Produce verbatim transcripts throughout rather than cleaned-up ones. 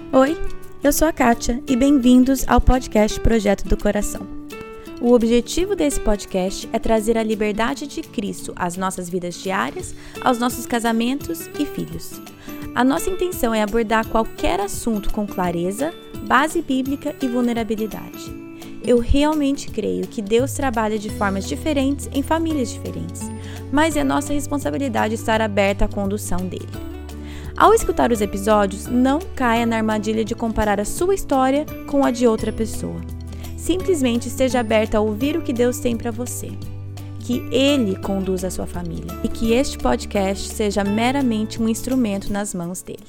Oi, eu sou a Kátia e bem-vindos ao podcast Projeto do Coração. O objetivo desse podcast é trazer a liberdade de Cristo às nossas vidas diárias, aos nossos casamentos e filhos. A nossa intenção é abordar qualquer assunto com clareza, base bíblica e vulnerabilidade. Eu realmente creio que Deus trabalha de formas diferentes em famílias diferentes, mas é nossa responsabilidade estar aberta à condução dele. Ao escutar os episódios, não caia na armadilha de comparar a sua história com a de outra pessoa. Simplesmente esteja aberta a ouvir o que Deus tem para você. Que Ele conduza a sua família e que este podcast seja meramente um instrumento nas mãos dele.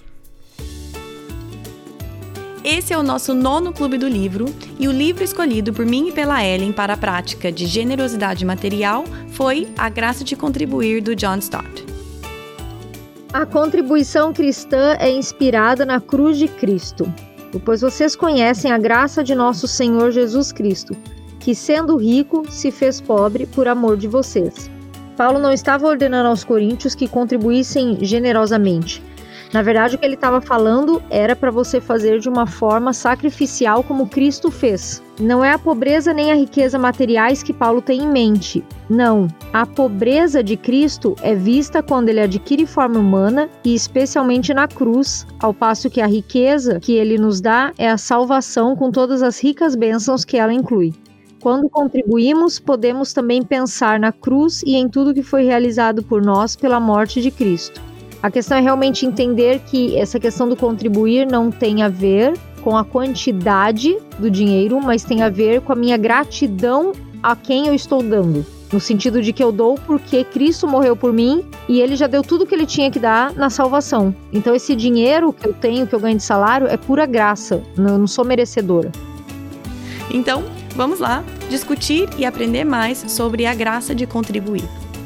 Esse é o nosso nono Clube do Livro e o livro escolhido por mim e pela Ellen para a prática de generosidade material foi A Graça de Contribuir, do John Stott. A contribuição cristã é inspirada na cruz de Cristo, pois vocês conhecem a graça de nosso Senhor Jesus Cristo, que sendo rico, se fez pobre por amor de vocês. Paulo não estava ordenando aos coríntios que contribuíssem generosamente. Na verdade, o que ele estava falando era para você fazer de uma forma sacrificial como Cristo fez. Não é a pobreza nem a riqueza materiais que Paulo tem em mente. Não, a pobreza de Cristo é vista quando ele adquire forma humana e especialmente na cruz, ao passo que a riqueza que ele nos dá é a salvação com todas as ricas bênçãos que ela inclui. Quando contribuímos, podemos também pensar na cruz e em tudo que foi realizado por nós pela morte de Cristo. A questão é realmente entender que essa questão do contribuir não tem a ver com a quantidade do dinheiro, mas tem a ver com a minha gratidão a quem eu estou dando. No sentido de que eu dou porque Cristo morreu por mim e Ele já deu tudo que Ele tinha que dar na salvação. Então esse dinheiro que eu tenho, que eu ganho de salário, é pura graça. Eu não sou merecedora. Então, vamos lá discutir e aprender mais sobre a graça de contribuir.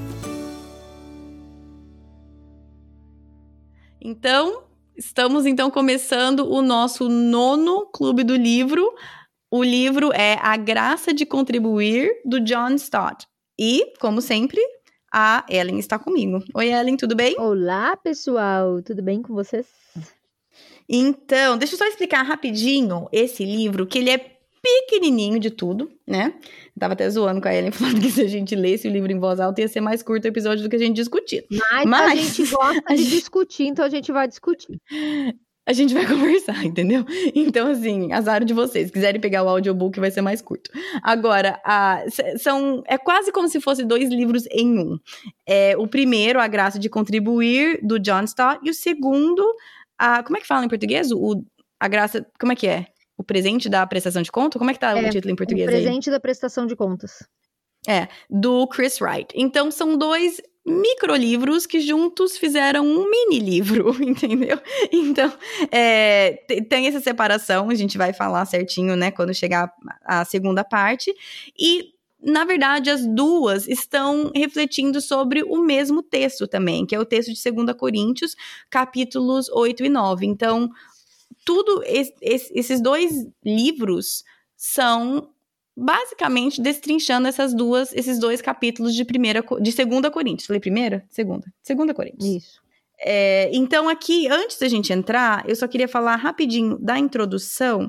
Então, estamos então começando o nosso nono Clube do Livro. O livro é A Graça de Contribuir, do John Stott. E, como sempre, a Ellen está comigo. Oi, Ellen, tudo bem? Olá, pessoal, tudo bem com vocês? Então, deixa eu só explicar rapidinho esse livro, que ele é pequenininho de tudo, né? Eu tava até zoando com a Ellen, falando que se a gente lesse o livro em voz alta ia ser mais curto o episódio do que a gente discutir. Mas, Mas a gente gosta a de gente... discutir, então a gente vai discutir. A gente vai conversar, entendeu? Então, assim, azar de vocês. Se quiserem pegar o audiobook, vai ser mais curto. Agora, a, são, é quase como se fossem dois livros em um. É, o primeiro, A Graça de Contribuir, do John Stott, e o segundo, a, como é que fala em português? O, a Graça, como é que é? O presente da prestação de conta? Como é que tá é, o título em português aí? O presente aí? Da prestação de contas. É, do Chris Wright. Então, são dois microlivros que juntos fizeram um mini-livro, entendeu? Então, é, tem essa separação, a gente vai falar certinho, né, quando chegar a segunda parte. E, na verdade, as duas estão refletindo sobre o mesmo texto também, que é o texto de dois Coríntios, capítulos oito e nove. Então, tudo, esses dois livros são basicamente destrinchando essas duas, esses dois capítulos de primeira, de segunda Coríntios. Falei primeira? Segunda. Segunda Coríntios. Isso. É, então aqui, antes da gente entrar, eu só queria falar rapidinho da introdução,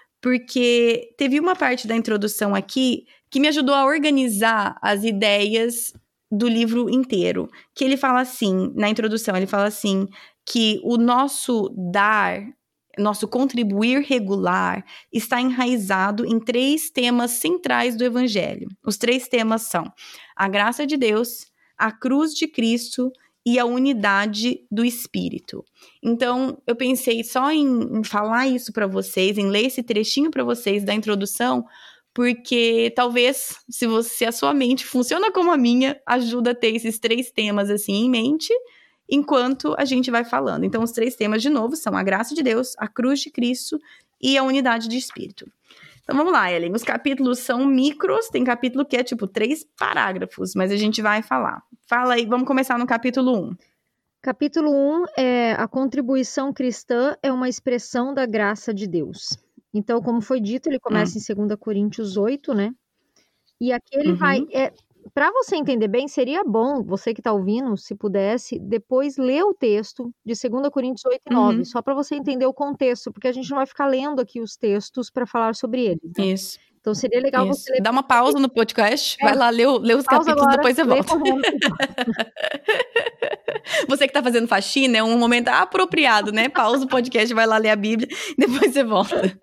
porque teve uma parte da introdução aqui que me ajudou a organizar as ideias do livro inteiro. Que ele fala assim, na introdução, ele fala assim, que o nosso dar... nosso contribuir regular está enraizado em três temas centrais do Evangelho. Os três temas são a graça de Deus, a cruz de Cristo e a unidade do Espírito. Então, eu pensei só em, em falar isso para vocês, em ler esse trechinho para vocês da introdução, porque talvez, se, você, se a sua mente funciona como a minha, ajuda a ter esses três temas assim em mente, enquanto a gente vai falando. Então, os três temas, de novo, são a graça de Deus, a cruz de Cristo e a unidade de Espírito. Então, vamos lá, Ellen. Os capítulos são micros, tem capítulo que é, tipo, três parágrafos, mas a gente vai falar. Fala aí, vamos começar no capítulo um. Capítulo um é a contribuição cristã é uma expressão da graça de Deus. Então, como foi dito, ele começa hum. em dois Coríntios oito, né? E aqui ele uhum. vai... É, para você entender bem, seria bom, você que está ouvindo, se pudesse, depois ler o texto de dois Coríntios oito e nove, Uhum. só para você entender o contexto, porque a gente não vai ficar lendo aqui os textos para falar sobre eles, né? Isso. Então seria legal Isso. você ler. Dá uma pausa no podcast, É. vai lá ler, ler os Pausa capítulos, agora, depois você lê volta. correndo. Você que tá fazendo faxina, é um momento apropriado, né? Pausa o podcast, vai lá ler a Bíblia, depois você volta.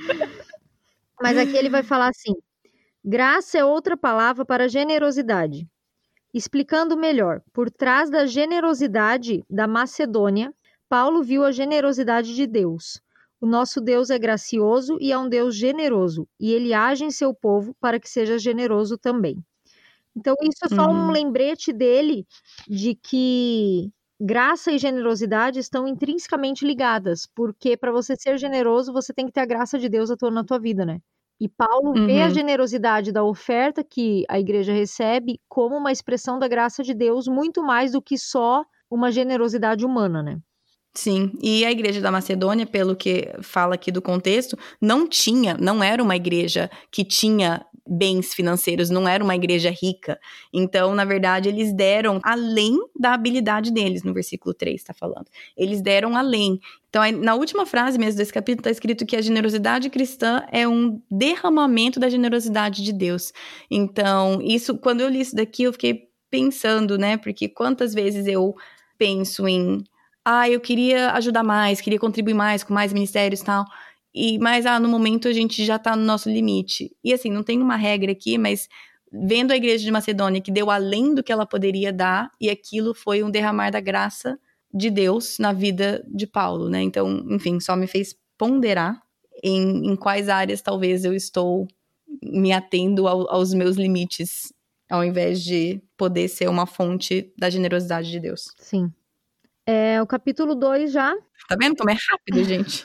Mas aqui ele vai falar assim: graça é outra palavra para generosidade. Explicando melhor, por trás da generosidade da Macedônia, Paulo viu a generosidade de Deus. O nosso Deus é gracioso e é um Deus generoso, e ele age em seu povo para que seja generoso também. Então, isso é só Uhum. um lembrete dele de que graça e generosidade estão intrinsecamente ligadas, porque para você ser generoso, você tem que ter a graça de Deus atuando na tua vida, né? E Paulo Uhum. vê a generosidade da oferta que a igreja recebe como uma expressão da graça de Deus, muito mais do que só uma generosidade humana, né? Sim, e a igreja da Macedônia, pelo que fala aqui do contexto, não tinha, não era uma igreja que tinha bens financeiros, não era uma igreja rica. Então, na verdade, eles deram além da habilidade deles, no versículo três está falando. Eles deram além. Então, aí, na última frase mesmo desse capítulo está escrito que a generosidade cristã é um derramamento da generosidade de Deus. Então, isso, quando eu li isso daqui, eu fiquei pensando, né? Porque quantas vezes eu penso em ah, eu queria ajudar mais, queria contribuir mais com mais ministérios e tal, e, mas ah, no momento a gente já tá no nosso limite. E assim, não tem uma regra aqui, mas vendo a igreja de Macedônia que deu além do que ela poderia dar, e aquilo foi um derramar da graça de Deus na vida de Paulo, né? Então, enfim, só me fez ponderar em, em quais áreas talvez eu estou me atendo ao, aos meus limites, ao invés de poder ser uma fonte da generosidade de Deus. Sim. É, o capítulo dois já. Tá vendo como é rápido, gente?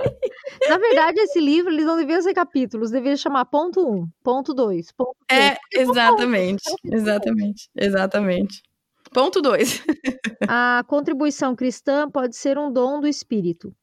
Na verdade, esse livro, eles não deviam ser capítulos, deviam chamar ponto um, ponto dois, ponto três. É, exatamente, exatamente, exatamente. Ponto dois. A contribuição cristã pode ser um dom do Espírito.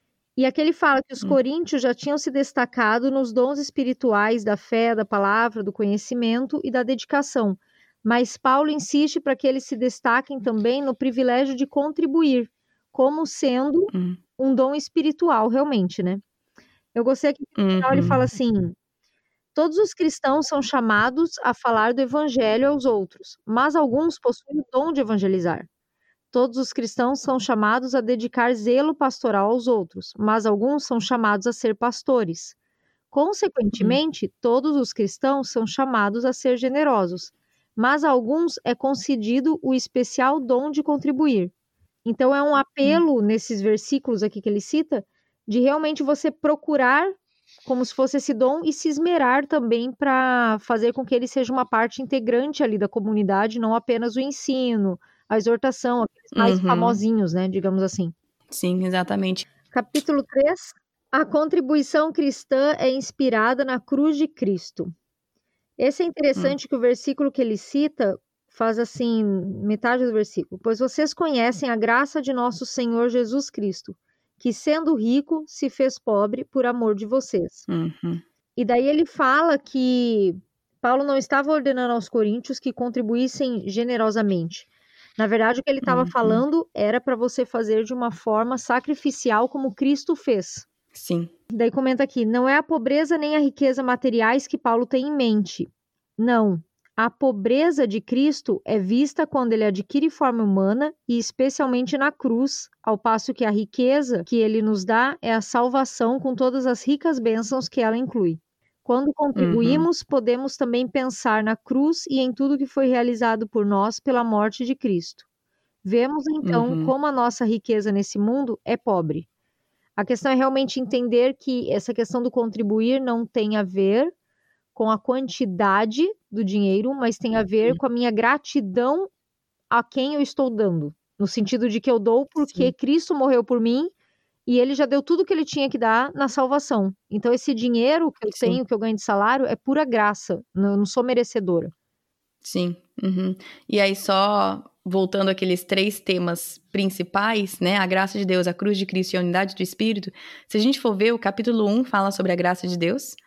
E aqui ele fala que os Hum. coríntios já tinham se destacado nos dons espirituais da fé, da palavra, do conhecimento e da dedicação. Mas Paulo insiste para que eles se destaquem também no privilégio de contribuir, como sendo Hum. um dom espiritual, realmente, né? Eu gostei que no final ele Uhum. fala assim: todos os cristãos são chamados a falar do evangelho aos outros, mas alguns possuem o dom de evangelizar. Todos os cristãos são chamados a dedicar zelo pastoral aos outros, mas alguns são chamados a ser pastores. Consequentemente, Uhum. todos os cristãos são chamados a ser generosos, mas a alguns é concedido o especial dom de contribuir. Então é um apelo Uhum. nesses versículos aqui que ele cita, de realmente você procurar como se fosse esse dom e se esmerar também para fazer com que ele seja uma parte integrante ali da comunidade, não apenas o ensino, a exortação, aqueles mais Uhum. famosinhos, né, digamos assim. Sim, exatamente. Capítulo três. A contribuição cristã é inspirada na cruz de Cristo. Esse é interessante Hum. que o versículo que ele cita faz assim, metade do versículo. Pois vocês conhecem a graça de nosso Senhor Jesus Cristo, que sendo rico, se fez pobre por amor de vocês. Uhum. E daí ele fala que Paulo não estava ordenando aos coríntios que contribuíssem generosamente. Na verdade, o que ele estava Uhum. falando era para você fazer de uma forma sacrificial como Cristo fez. Sim. Daí comenta aqui, não é a pobreza nem a riqueza materiais que Paulo tem em mente. Não. A pobreza de Cristo é vista quando ele adquire forma humana e especialmente na cruz, ao passo que a riqueza que ele nos dá é a salvação com todas as ricas bênçãos que ela inclui. Quando contribuímos, Uhum. podemos também pensar na cruz e em tudo que foi realizado por nós pela morte de Cristo. Vemos então Uhum. como a nossa riqueza nesse mundo é pobre. A questão é realmente entender que essa questão do contribuir não tem a ver com a quantidade do dinheiro, mas tem a ver com a minha gratidão a quem eu estou dando. No sentido de que eu dou porque Sim. Cristo morreu por mim e ele já deu tudo o que ele tinha que dar na salvação. Então esse dinheiro que eu Sim. tenho, que eu ganho de salário, é pura graça. Eu não sou merecedora. Sim. Uhum. E aí só voltando àqueles três temas principais, né? A graça de Deus, a cruz de Cristo e a unidade do Espírito. Se a gente for ver, o capítulo um fala sobre a graça de Deus.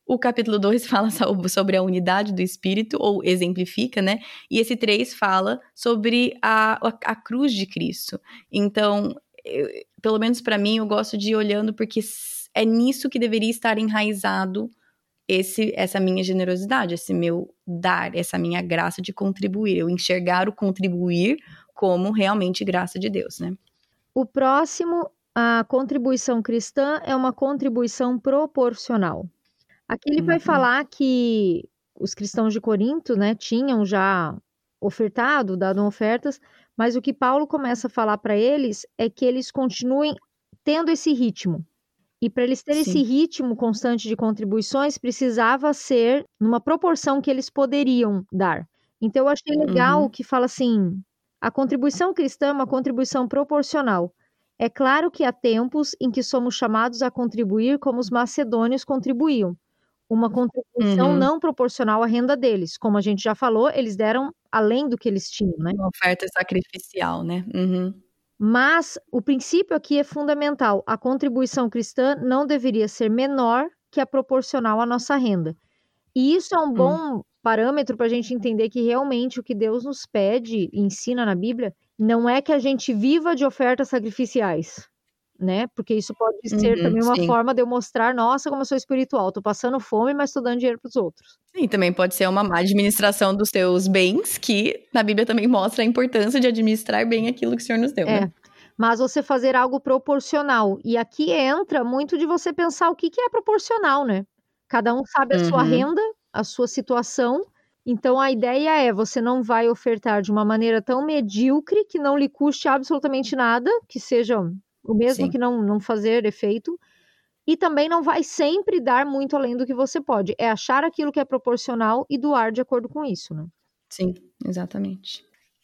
O capítulo dois fala sobre a unidade do Espírito, ou exemplifica, né? E esse três fala sobre a, a, a cruz de Cristo. Então, eu, pelo menos para mim, eu gosto de ir olhando porque é nisso que deveria estar enraizado esse, essa minha generosidade, esse meu dar, essa minha graça de contribuir. Eu enxergar o contribuir como realmente graça de Deus, né? O próximo, a contribuição cristã é uma contribuição proporcional. Aqui ele uhum. vai falar que os cristãos de Corinto, né, tinham já ofertado, dado ofertas, mas o que Paulo começa a falar para eles é que eles continuem tendo esse ritmo. E para eles terem Sim. esse ritmo constante de contribuições, precisava ser numa proporção que eles poderiam dar. Então eu achei legal uhum. que fala assim, a contribuição cristã é uma contribuição proporcional. É claro que há tempos em que somos chamados a contribuir como os macedônios contribuíam. Uma contribuição uhum. não proporcional à renda deles. Como a gente já falou, eles deram além do que eles tinham, né? Uma oferta sacrificial, né? Uhum. Mas o princípio aqui é fundamental. A contribuição cristã não deveria ser menor que a proporcional à nossa renda. E isso é um bom hum. parâmetro para a gente entender que realmente o que Deus nos pede e ensina na Bíblia não é que a gente viva de ofertas sacrificiais, né? Porque isso pode uhum, ser também uma sim. forma de eu mostrar, nossa, como eu sou espiritual, tô passando fome, mas tô dando dinheiro para os outros. Sim, também pode ser uma má administração dos seus bens, que na Bíblia também mostra a importância de administrar bem aquilo que o Senhor nos deu, é. né? Mas você fazer algo proporcional. E aqui entra muito de você pensar o que, que é proporcional, né? Cada um sabe a uhum. sua renda, a sua situação. Então, a ideia é, você não vai ofertar de uma maneira tão medíocre que não lhe custe absolutamente nada, que seja o mesmo Sim. que não, não fazer efeito. E também não vai sempre dar muito além do que você pode. É achar aquilo que é proporcional e doar de acordo com isso, né? Sim, exatamente.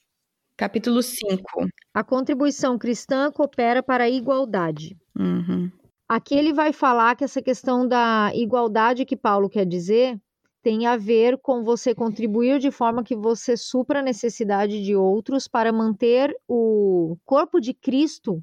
Capítulo cinco. A contribuição cristã coopera para a igualdade. Uhum. Aqui ele vai falar que essa questão da igualdade que Paulo quer dizer tem a ver com você contribuir de forma que você supra a necessidade de outros para manter o corpo de Cristo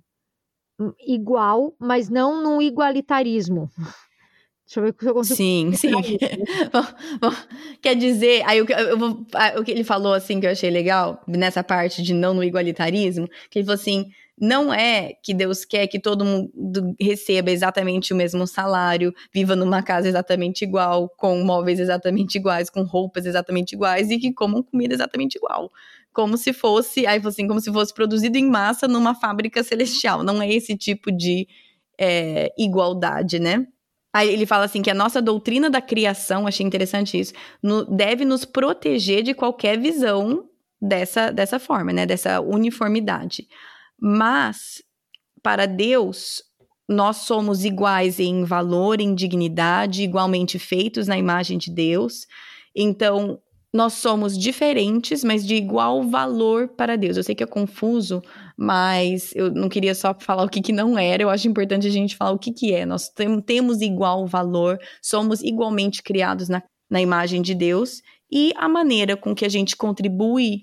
igual, mas não num igualitarismo. Deixa eu ver se eu consigo... Sim, sim. bom, bom, quer dizer, aí eu, eu vou, o que ele falou assim que eu achei legal, nessa parte de não no igualitarismo, que ele falou assim, não é que Deus quer que todo mundo receba exatamente o mesmo salário, viva numa casa exatamente igual, com móveis exatamente iguais, com roupas exatamente iguais e que comam comida exatamente igual. Como se fosse, aí assim, como se fosse produzido em massa numa fábrica celestial. Não é esse tipo de é, igualdade, né? Aí ele fala assim que a nossa doutrina da criação, achei interessante isso, no, deve nos proteger de qualquer visão dessa, dessa forma, né? Dessa uniformidade. Mas, para Deus, nós somos iguais em valor, em dignidade, igualmente feitos na imagem de Deus. Então, nós somos diferentes, mas de igual valor para Deus. Eu sei que é confuso, mas eu não queria só falar o que, que não era. Eu acho importante a gente falar o que, que é. Nós tem, temos igual valor, somos igualmente criados na, na imagem de Deus. E a maneira com que a gente contribui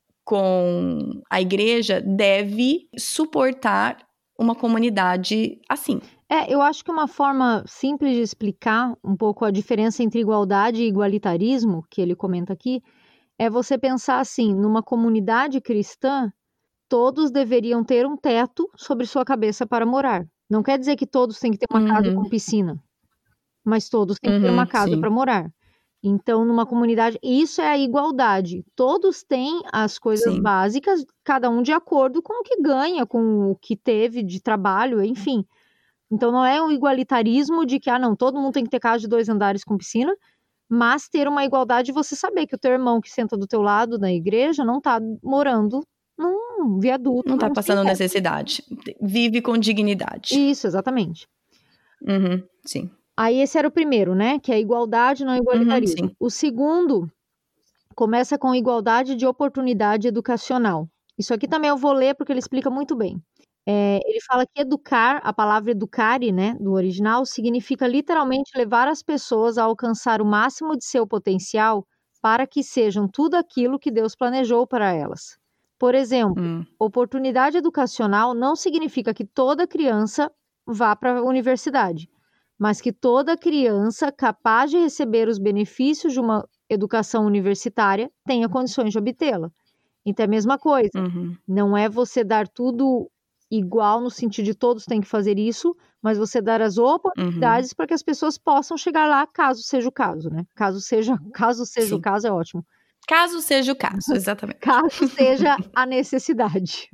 com a igreja deve suportar uma comunidade assim. É, eu acho que uma forma simples de explicar um pouco a diferença entre igualdade e igualitarismo, que ele comenta aqui, é você pensar assim, numa comunidade cristã, todos deveriam ter um teto sobre sua cabeça para morar. Não quer dizer que todos têm que ter uma uhum. casa com piscina, mas todos têm que ter uhum, uma casa para morar. Então, numa comunidade, isso é a igualdade. Todos têm as coisas sim. básicas, cada um de acordo com o que ganha, com o que teve de trabalho, enfim. Então, não é um igualitarismo de que, ah, não, todo mundo tem que ter casa de dois andares com piscina, mas ter uma igualdade de você saber que o teu irmão que senta do teu lado na igreja não tá morando num viaduto. Não tá passando necessidade. Vive com dignidade. Isso, exatamente. Uhum, sim. Aí esse era o primeiro, né? Que é a igualdade, não igualitarismo. Uhum, o segundo começa com igualdade de oportunidade educacional. Isso aqui também eu vou ler porque ele explica muito bem. É, ele fala que educar, a palavra educare, né, do original, significa literalmente levar as pessoas a alcançar o máximo de seu potencial para que sejam tudo aquilo que Deus planejou para elas. Por exemplo, hum. oportunidade educacional não significa que toda criança vá para a universidade, mas que toda criança capaz de receber os benefícios de uma educação universitária tenha condições de obtê-la. Então é a mesma coisa. Uhum. Não é você dar tudo igual no sentido de todos têm que fazer isso, mas você dar as oportunidades uhum. para que as pessoas possam chegar lá, caso seja o caso, né? Caso seja, caso seja o caso, é ótimo. Caso seja o caso, exatamente. Caso seja a necessidade.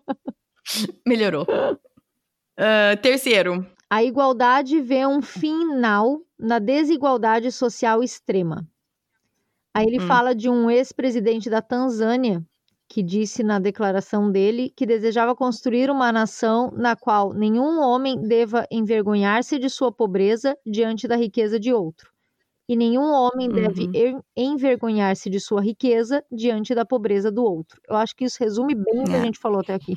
Melhorou. Uh, terceiro. A igualdade vê um final na desigualdade social extrema. Aí ele hum. fala de um ex-presidente da Tanzânia que disse na declaração dele que desejava construir uma nação na qual nenhum homem deva envergonhar-se de sua pobreza diante da riqueza de outro. E nenhum homem uhum. deve envergonhar-se de sua riqueza diante da pobreza do outro. Eu acho que isso resume bem o que é. a gente falou até aqui.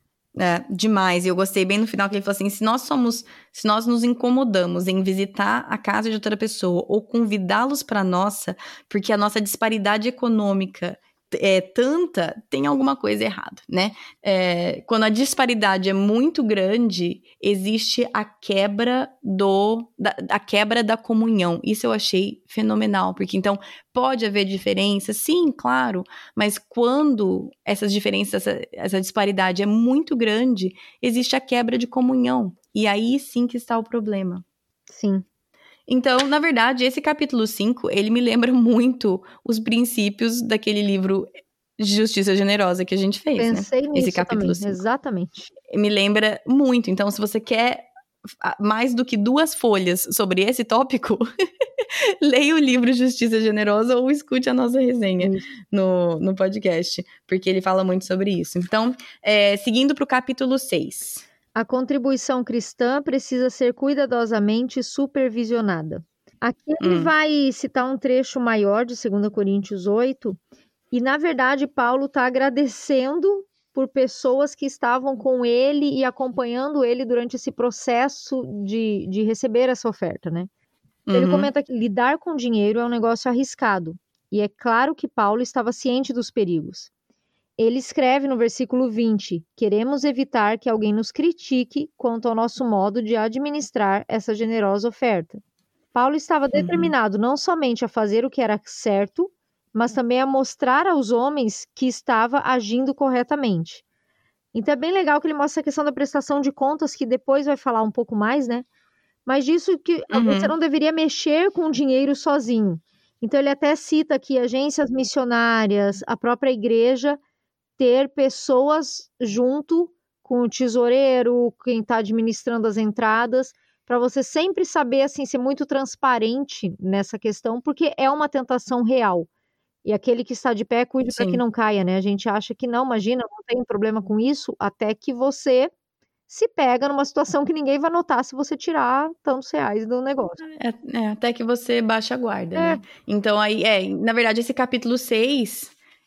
É, demais. E eu gostei bem no final que ele falou assim, se nós somos, se nós nos incomodamos em visitar a casa de outra pessoa ou convidá-los para a nossa, porque a nossa disparidade econômica é tanta, tem alguma coisa errada, né? É, quando a disparidade é muito grande, existe a quebra do, da, a quebra da comunhão. Isso eu achei fenomenal, porque então pode haver diferença, sim, claro, mas quando essas diferenças, essa, essa disparidade é muito grande, existe a quebra de comunhão. E aí sim que está o problema. Sim. Então, na verdade, esse capítulo cinco, ele me lembra muito os princípios daquele livro Justiça Generosa que a gente fez, Pensei né? nisso esse capítulo também, cinco. Exatamente. Me lembra muito. Então, se você quer mais do que duas folhas sobre esse tópico, leia o livro Justiça Generosa ou escute a nossa resenha no, no podcast, porque ele fala muito sobre isso. Então, é, seguindo para o capítulo seis. A contribuição cristã precisa ser cuidadosamente supervisionada. Aqui ele hum. vai citar um trecho maior de dois Coríntios oito, e na verdade Paulo está agradecendo por pessoas que estavam com ele e acompanhando ele durante esse processo de, de receber essa oferta, né? Uhum. Ele comenta que lidar com dinheiro é um negócio arriscado, e é claro que Paulo estava ciente dos perigos. Ele escreve no versículo vinte, queremos evitar que alguém nos critique quanto ao nosso modo de administrar essa generosa oferta. Paulo estava uhum. determinado não somente a fazer o que era certo, mas também a mostrar aos homens que estava agindo corretamente. Então é bem legal que ele mostra a questão da prestação de contas, que depois vai falar um pouco mais, né? Mas disso que uhum. você não deveria mexer com o dinheiro sozinho. Então ele até cita aqui agências missionárias, a própria igreja, ter pessoas junto com o tesoureiro, quem está administrando as entradas, para você sempre saber, assim, ser muito transparente nessa questão, porque é uma tentação real. E aquele que está de pé, cuide para que não caia, né? A gente acha que não, imagina, não tem problema com isso, até que você se pega numa situação que ninguém vai notar se você tirar tantos reais do negócio. É, é até que você baixa a guarda, é. né? Então, aí, é, na verdade, esse capítulo seis...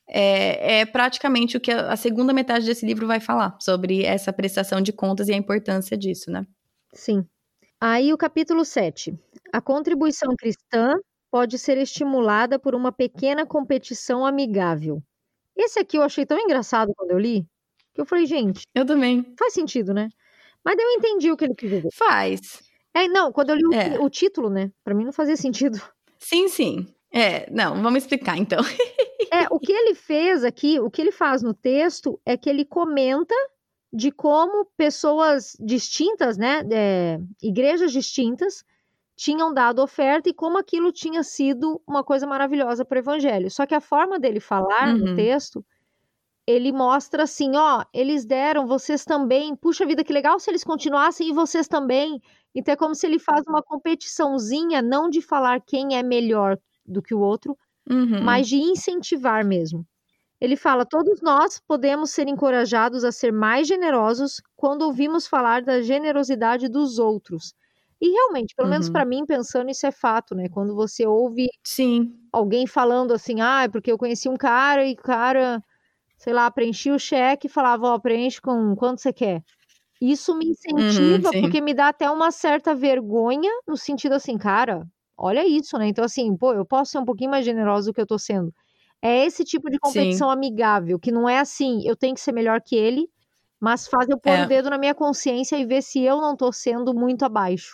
É, é praticamente o que a, a segunda metade desse livro vai falar, sobre essa prestação de contas e a importância disso, né? Sim. Aí o capítulo sete. A contribuição cristã pode ser estimulada por uma pequena competição amigável. Esse aqui eu achei tão engraçado quando eu li, que eu falei, gente... Eu também. Faz sentido, né? Mas eu entendi o que ele quis dizer. Faz. É, não, quando eu li é. o, o título, né? Pra mim não fazia sentido. Sim, sim. É, não, vamos explicar então. É, o que ele fez aqui, o que ele faz no texto é que ele comenta de como pessoas distintas, né, é, igrejas distintas, tinham dado oferta e como aquilo tinha sido uma coisa maravilhosa para o evangelho. Só que a forma dele falar uhum. no texto, ele mostra assim, ó, eles deram, vocês também, puxa vida, que legal se eles continuassem e vocês também. Então é como se ele faz uma competiçãozinha, não de falar quem é melhor do que o outro, uhum. mas de incentivar mesmo. Ele fala, todos nós podemos ser encorajados a ser mais generosos quando ouvimos falar da generosidade dos outros. E realmente, pelo uhum. menos para mim, pensando, isso é fato, né? Quando você ouve Sim. alguém falando assim, ah, é porque eu conheci um cara e o cara, sei lá, preenchia o cheque e falava, ó, preenche com quanto você quer. Isso me incentiva, uhum, porque me dá até uma certa vergonha, no sentido assim, cara... Olha isso, né? Então, assim, pô, eu posso ser um pouquinho mais generosa do que eu tô sendo. É esse tipo de competição Sim. amigável, que não é assim, eu tenho que ser melhor que ele, mas faz eu pôr é. o dedo na minha consciência e ver se eu não tô sendo muito abaixo.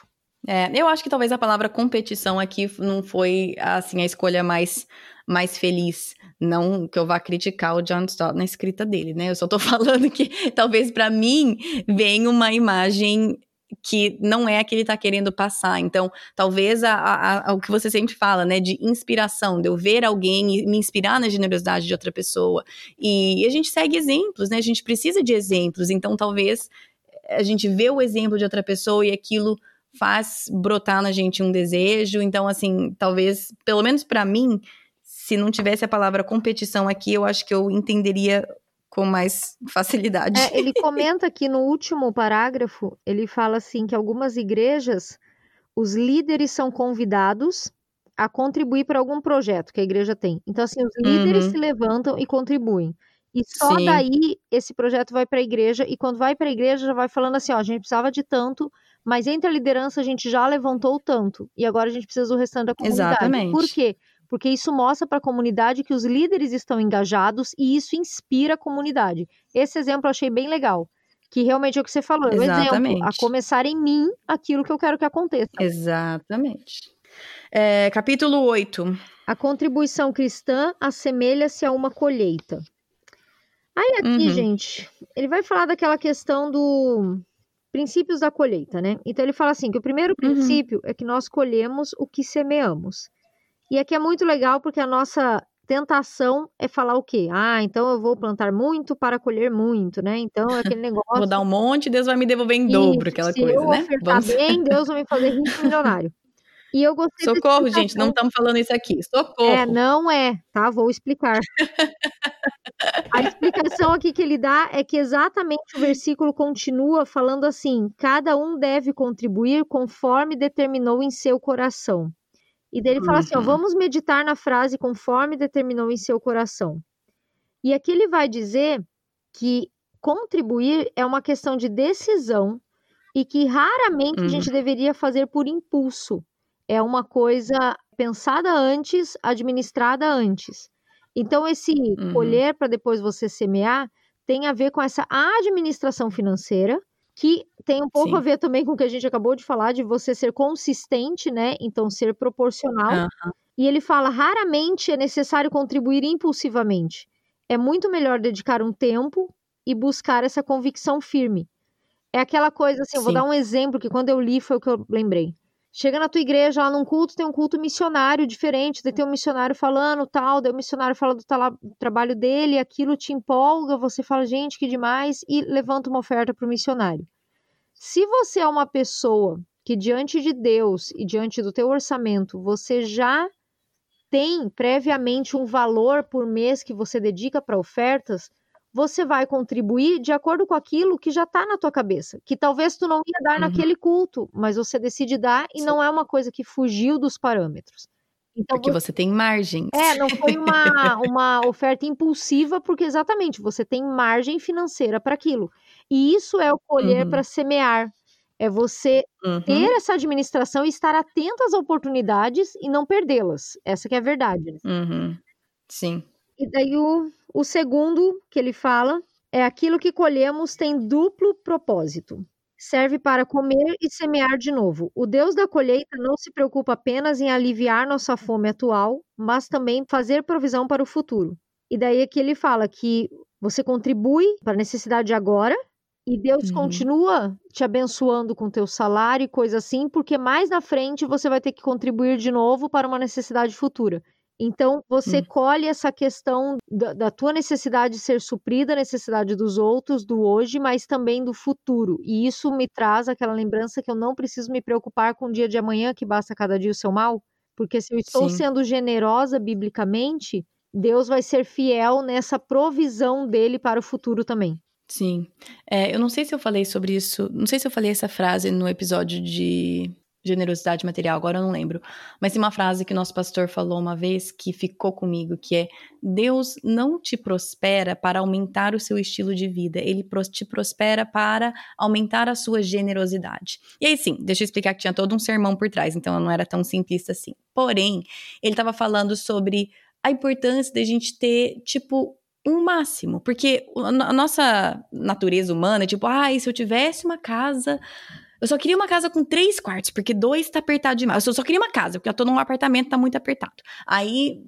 É, eu acho que talvez a palavra competição aqui não foi, assim, a escolha mais, mais feliz. Não que eu vá criticar o John Stott na escrita dele, né? Eu só tô falando que talvez pra mim venha uma imagem que não é a que ele tá querendo passar. Então, talvez a, a, a, o que você sempre fala, né? De inspiração, de eu ver alguém e me inspirar na generosidade de outra pessoa. E a gente segue exemplos, né? A gente precisa de exemplos. Então, talvez a gente vê o exemplo de outra pessoa e aquilo faz brotar na gente um desejo. Então, assim, talvez, pelo menos pra mim, se não tivesse a palavra competição aqui, eu acho que eu entenderia com mais facilidade. É, ele comenta aqui no último parágrafo, ele fala assim que algumas igrejas, os líderes são convidados a contribuir para algum projeto que a igreja tem. Então, assim, os líderes Uhum. se levantam e contribuem. E só Sim. daí esse projeto vai para a igreja, e quando vai para a igreja já vai falando assim, ó, a gente precisava de tanto, mas entre a liderança a gente já levantou tanto, e agora a gente precisa do restante da comunidade. Exatamente. Por quê? Porque isso mostra para a comunidade que os líderes estão engajados e isso inspira a comunidade. Esse exemplo eu achei bem legal, que realmente é o que você falou, é um exemplo, a Exatamente. começar em mim aquilo que eu quero que aconteça. Exatamente. É, capítulo oito. A contribuição cristã assemelha-se a uma colheita. Aí aqui, Uhum. gente, ele vai falar daquela questão do princípios da colheita, né? Então ele fala assim, que o primeiro Uhum. princípio é que nós colhemos o que semeamos. E aqui é muito legal porque a nossa tentação é falar o quê? Ah, então eu vou plantar muito para colher muito, né? Então é aquele negócio... Vou dar um monte, Deus vai me devolver em dobro, Isso, aquela se coisa, eu né? ofertar Vamos... bem, Deus vai me fazer rico e milionário. E eu gostei da Socorro, explicação. gente, não estamos falando isso aqui. Socorro. É, não é, tá? Vou explicar. A explicação aqui que ele dá é que exatamente o versículo continua falando assim: cada um deve contribuir conforme determinou em seu coração. E daí ele fala assim, ó, Uhum. vamos meditar na frase conforme determinou em seu coração. E aqui ele vai dizer que contribuir é uma questão de decisão e que raramente a Uhum. gente deveria fazer por impulso. É uma coisa pensada antes, administrada antes. Então, esse Uhum. colher para depois você semear tem a ver com essa administração financeira, que tem um pouco Sim. a ver também com o que a gente acabou de falar, de você ser consistente, né? Então, ser proporcional. Uhum. E ele fala, raramente é necessário contribuir impulsivamente. É muito melhor dedicar um tempo e buscar essa convicção firme. É aquela coisa assim, eu vou Sim. dar um exemplo que quando eu li foi o que eu lembrei. Chega na tua igreja, lá num culto, tem um culto missionário diferente, daí tem um missionário falando tal, daí o missionário fala do, tala, do trabalho dele, aquilo te empolga, você fala, gente, que demais, e levanta uma oferta para o missionário. Se você é uma pessoa que diante de Deus e diante do teu orçamento, você já tem previamente um valor por mês que você dedica para ofertas, você vai contribuir de acordo com aquilo que já está na tua cabeça, que talvez tu não ia dar Uhum. naquele culto, mas você decide dar e Sim. não é uma coisa que fugiu dos parâmetros. Então, porque você tem margens. É, não foi uma, uma oferta impulsiva, porque exatamente, você tem margem financeira para aquilo. E isso é o colher Uhum. para semear. É você Uhum. ter essa administração e estar atento às oportunidades e não perdê-las. Essa que é a verdade. Uhum. Sim. E daí o, o segundo que ele fala é aquilo que colhemos tem duplo propósito. Serve para comer e semear de novo. O Deus da colheita não se preocupa apenas em aliviar nossa fome atual, mas também fazer provisão para o futuro. E daí é que ele fala que você contribui para a necessidade de agora e Deus Uhum. continua te abençoando com teu salário e coisa assim, porque mais na frente você vai ter que contribuir de novo para uma necessidade futura. Então, você Hum. colhe essa questão da, da tua necessidade de ser suprida, a necessidade dos outros, do hoje, mas também do futuro. E isso me traz aquela lembrança que eu não preciso me preocupar com o dia de amanhã, que basta cada dia o seu mal. Porque se eu estou Sim. sendo generosa biblicamente, Deus vai ser fiel nessa provisão dele para o futuro também. Sim. É, eu não sei se eu falei sobre isso, não sei se eu falei essa frase no episódio de generosidade material, agora eu não lembro. Mas tem uma frase que nosso pastor falou uma vez que ficou comigo, que é: Deus não te prospera para aumentar o seu estilo de vida, Ele te prospera para aumentar a sua generosidade. E aí sim, deixa eu explicar que tinha todo um sermão por trás, então não era tão simplista assim. Porém, ele estava falando sobre a importância da gente ter, tipo, um máximo, porque a nossa natureza humana é tipo, ah, e se eu tivesse uma casa eu só queria uma casa com três quartos, porque dois tá apertado demais. Eu só queria uma casa, porque eu tô num apartamento, tá muito apertado. Aí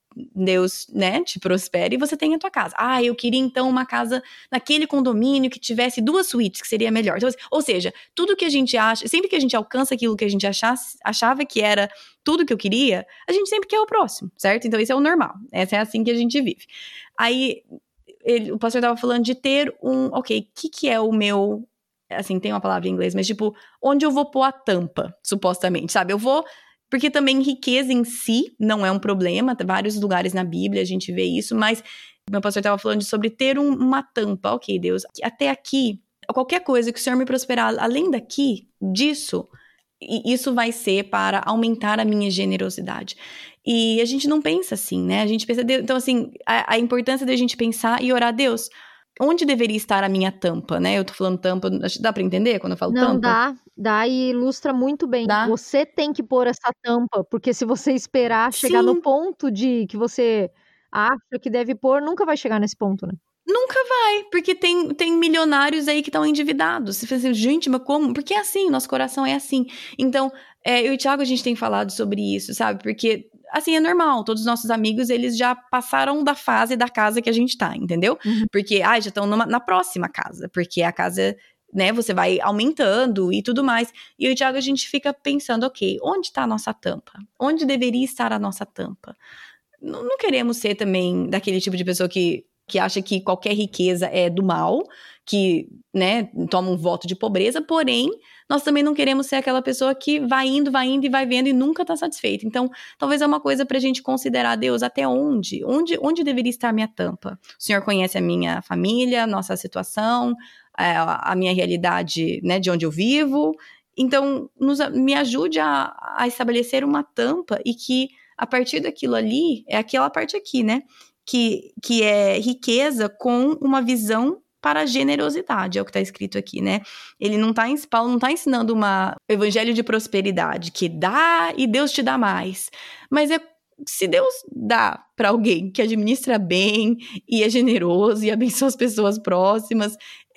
Deus, né, te prospera e você tem a tua casa. Ah, eu queria então uma casa naquele condomínio que tivesse duas suítes, que seria melhor. Então, ou seja, tudo que a gente acha, sempre que a gente alcança aquilo que a gente achasse, achava que era tudo que eu queria, a gente sempre quer o próximo, certo? Então, isso é o normal. Essa é assim que a gente vive. Aí, ele, o pastor tava falando de ter um, ok, o que que é o meu, assim, tem uma palavra em inglês, mas tipo, onde eu vou pôr a tampa, supostamente, sabe? Eu vou... Porque também riqueza em si não é um problema, tem vários lugares na Bíblia a gente vê isso, mas meu pastor estava falando sobre ter um, uma tampa. Ok, Deus, até aqui, qualquer coisa que o Senhor me prosperar além daqui, disso, isso vai ser para aumentar a minha generosidade. E a gente não pensa assim, né? A gente pensa, então assim, a, a importância da gente pensar e orar, Deus, onde deveria estar a minha tampa, né? Eu tô falando tampa, dá pra entender quando eu falo Não, tampa? dá, dá e ilustra muito bem. Dá? Você tem que pôr essa tampa, porque se você esperar chegar no Sim. ponto de que você acha que deve pôr, nunca vai chegar nesse ponto, né? Nunca vai, porque tem, tem milionários aí que estão endividados. Você fala assim, gente, mas como? Porque é assim, nosso coração é assim. Então, é, eu e o Thiago, a gente tem falado sobre isso, sabe? Porque, assim, é normal. Todos os nossos amigos, eles já passaram da fase da casa que a gente tá, entendeu? Uhum. Porque, ah, já estão na próxima casa. Porque a casa, né, você vai aumentando e tudo mais. E eu e o Thiago, a gente fica pensando, ok, onde tá a nossa tampa? Onde deveria estar a nossa tampa? Não, não queremos ser também daquele tipo de pessoa que... que acha que qualquer riqueza é do mal, que, né, toma um voto de pobreza, porém, nós também não queremos ser aquela pessoa que vai indo, vai indo e vai vendo e nunca tá satisfeita. Então, talvez é uma coisa pra gente considerar, Deus, até onde? Onde, onde deveria estar minha tampa? O Senhor conhece a minha família, a nossa situação, a, a minha realidade, né, de onde eu vivo. Então, nos, me ajude a, a estabelecer uma tampa e que, a partir daquilo ali, é aquela parte aqui, né, Que, que é riqueza com uma visão para a generosidade, é o que está escrito aqui, né? Ele não tá, Paulo não está ensinando um evangelho de prosperidade, que dá e Deus te dá mais. Mas é, se Deus dá para alguém que administra bem e é generoso e abençoa as pessoas próximas,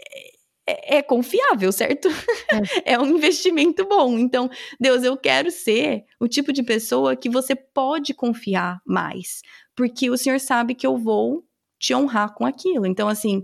é, é confiável, certo? É. É um investimento bom. Então, Deus, eu quero ser o tipo de pessoa que você pode confiar mais, porque o Senhor sabe que eu vou te honrar com aquilo. Então, assim,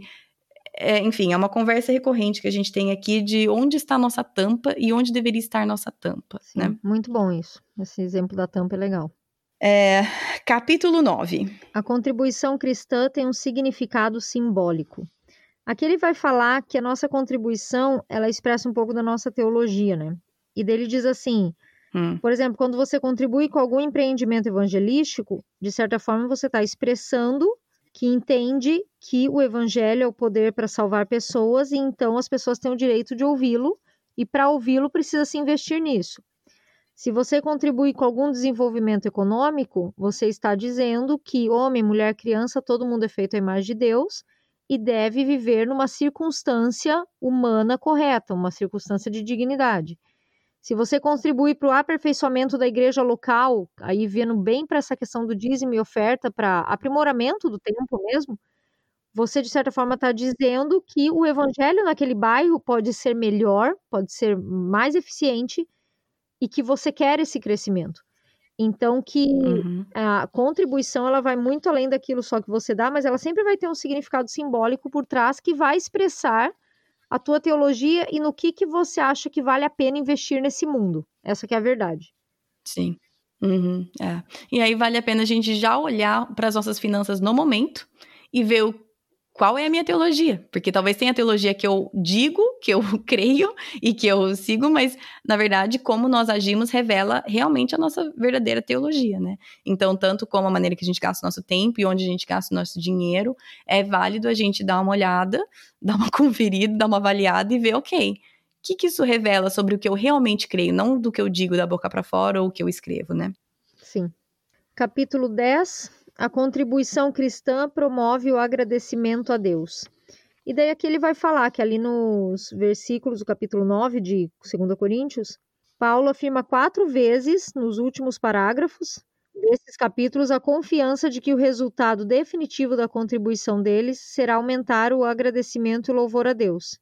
é, enfim, é uma conversa recorrente que a gente tem aqui de onde está a nossa tampa e onde deveria estar a nossa tampa, Sim, né? Muito bom isso. Esse exemplo da tampa é legal. É, capítulo nove. A contribuição cristã tem um significado simbólico. Aqui ele vai falar que a nossa contribuição, ela expressa um pouco da nossa teologia, né? E dele diz assim, hum. por exemplo, quando você contribui com algum empreendimento evangelístico, de certa forma você está expressando que entende que o evangelho é o poder para salvar pessoas e então as pessoas têm o direito de ouvi-lo e para ouvi-lo precisa se investir nisso. Se você contribui com algum desenvolvimento econômico, você está dizendo que homem, mulher, criança, todo mundo é feito à imagem de Deus e deve viver numa circunstância humana correta, uma circunstância de dignidade. Se você contribui para o aperfeiçoamento da igreja local, aí vendo bem para essa questão do dízimo e oferta, para aprimoramento do templo mesmo, você, de certa forma, está dizendo que o evangelho naquele bairro pode ser melhor, pode ser mais eficiente e que você quer esse crescimento. Então, que uhum. a contribuição ela vai muito além daquilo só que você dá, mas ela sempre vai ter um significado simbólico por trás que vai expressar a tua teologia e no que, que você acha que vale a pena investir nesse mundo. Essa que é a verdade. Sim. Uhum, é. E aí vale a pena a gente já olhar para as nossas finanças no momento e ver o qual é a minha teologia? Porque talvez tenha a teologia que eu digo, que eu creio e que eu sigo, mas, na verdade, como nós agimos revela realmente a nossa verdadeira teologia, né? Então, tanto como a maneira que a gente gasta o nosso tempo e onde a gente gasta o nosso dinheiro, é válido a gente dar uma olhada, dar uma conferida, dar uma avaliada e ver, ok, o que, que isso revela sobre o que eu realmente creio, não do que eu digo da boca para fora ou o que eu escrevo, né? Sim. Capítulo dez... A contribuição cristã promove o agradecimento a Deus. E daí aqui ele vai falar que ali nos versículos do capítulo nove de dois Coríntios, Paulo afirma quatro vezes nos últimos parágrafos desses capítulos a confiança de que o resultado definitivo da contribuição deles será aumentar o agradecimento e louvor a Deus.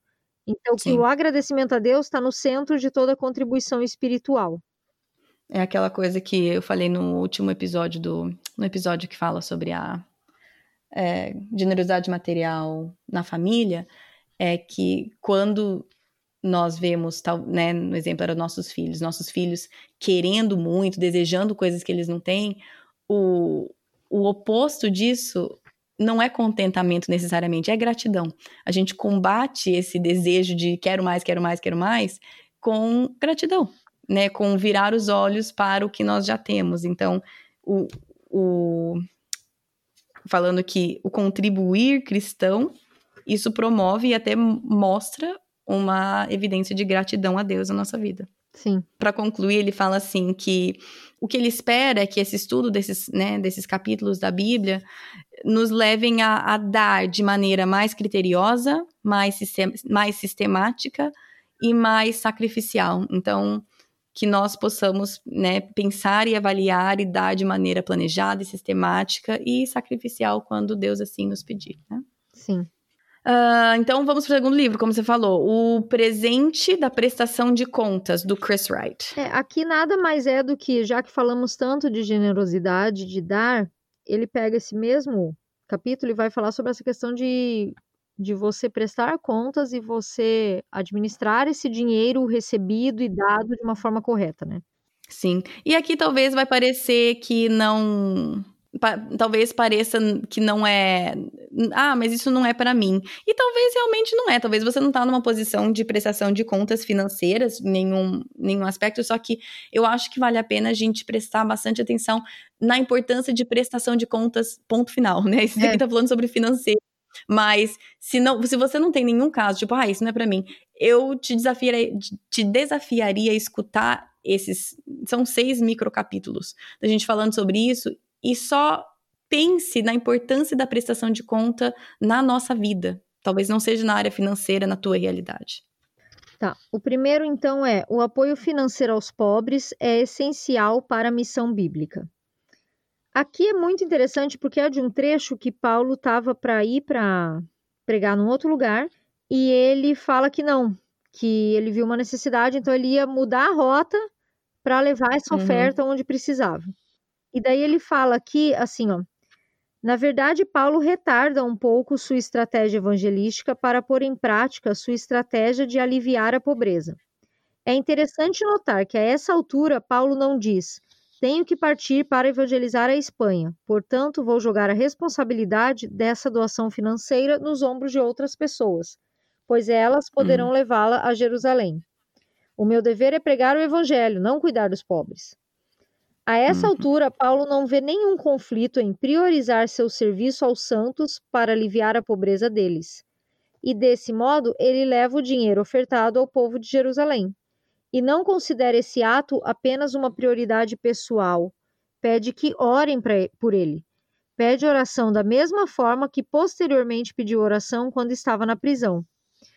Então, que Sim. o agradecimento a Deus está no centro de toda contribuição espiritual. É aquela coisa que eu falei no último episódio, do, no episódio que fala sobre a é, generosidade material na família, é que quando nós vemos, tal, né, no exemplo eram nossos filhos, nossos filhos querendo muito, desejando coisas que eles não têm, o, o oposto disso não é contentamento necessariamente, é gratidão. A gente combate esse desejo de quero mais, quero mais, quero mais, com gratidão, né, com virar os olhos para o que nós já temos. Então, o, o, falando que o contribuir cristão, isso promove e até mostra uma evidência de gratidão a Deus na nossa vida. Sim. Para concluir, ele fala assim que o que ele espera é que esse estudo desses, né, desses capítulos da Bíblia nos levem a, a dar de maneira mais criteriosa, mais, sistem, mais sistemática e mais sacrificial. Então, que nós possamos, né, pensar e avaliar e dar de maneira planejada e sistemática e sacrificial quando Deus assim nos pedir, né? Sim. Uh, então, vamos para o segundo livro, como você falou, O Presente da Prestação de Contas, do Chris Wright. É, aqui nada mais é do que, já que falamos tanto de generosidade, de dar, ele pega esse mesmo capítulo e vai falar sobre essa questão de, de você prestar contas e você administrar esse dinheiro recebido e dado de uma forma correta, né? Sim. E aqui talvez vai parecer que não... Pa- talvez pareça que não é... Ah, mas isso não é para mim. E talvez realmente não é. Talvez você não tá numa posição de prestação de contas financeiras, nenhum, nenhum aspecto, só que eu acho que vale a pena a gente prestar bastante atenção na importância de prestação de contas, ponto final, né? Isso aqui É. tá falando sobre financeiro. Mas se, não, se você não tem nenhum caso, tipo, ah, isso não é para mim, eu te desafiaria, te desafiaria a escutar esses... São seis microcapítulos da gente falando sobre isso. E só pense na importância da prestação de conta na nossa vida. Talvez não seja na área financeira, na tua realidade. Tá. O primeiro, então, é: o apoio financeiro aos pobres é essencial para a missão bíblica. Aqui é muito interessante porque é de um trecho que Paulo estava para ir para pregar num outro lugar e ele fala que não, que ele viu uma necessidade, então ele ia mudar a rota para levar essa Uhum. oferta onde precisava. E daí ele fala aqui, assim, ó: na verdade, Paulo retarda um pouco sua estratégia evangelística para pôr em prática sua estratégia de aliviar a pobreza. É interessante notar que a essa altura Paulo não diz: tenho que partir para evangelizar a Espanha, portanto vou jogar a responsabilidade dessa doação financeira nos ombros de outras pessoas, pois elas poderão Uhum. levá-la a Jerusalém. O meu dever é pregar o evangelho, não cuidar dos pobres. A essa Uhum. altura, Paulo não vê nenhum conflito em priorizar seu serviço aos santos para aliviar a pobreza deles. E desse modo, ele leva o dinheiro ofertado ao povo de Jerusalém. E não considera esse ato apenas uma prioridade pessoal. Pede que orem pra, por ele. Pede oração da mesma forma que posteriormente pediu oração quando estava na prisão.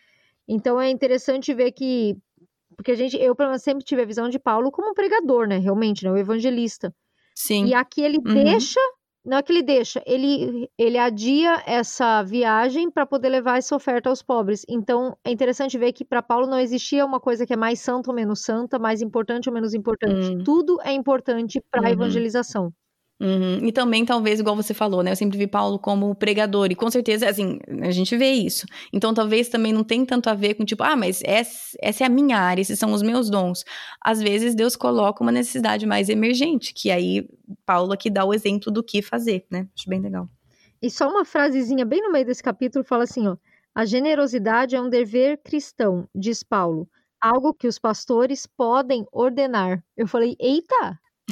Então é interessante ver que, porque a gente, eu pelo menos sempre tive a visão de Paulo como um pregador, né? Realmente, né? O evangelista. Sim. E aqui ele Uhum. deixa, não é que ele deixa, ele, ele adia essa viagem para poder levar essa oferta aos pobres. Então é interessante ver que para Paulo não existia uma coisa que é mais santa ou menos santa, mais importante ou menos importante. Uhum. Tudo é importante para a Uhum. evangelização. Uhum. E também, talvez, igual você falou, né? Eu sempre vi Paulo como pregador. E com certeza, assim, a gente vê isso. Então, talvez também não tem tanto a ver com, tipo, ah, mas essa, essa é a minha área, esses são os meus dons. Às vezes, Deus coloca uma necessidade mais emergente, que aí Paulo aqui dá o exemplo do que fazer, né? Acho bem legal. E só uma frasezinha bem no meio desse capítulo fala assim, ó: a generosidade é um dever cristão, diz Paulo, algo que os pastores podem ordenar. Eu falei, eita!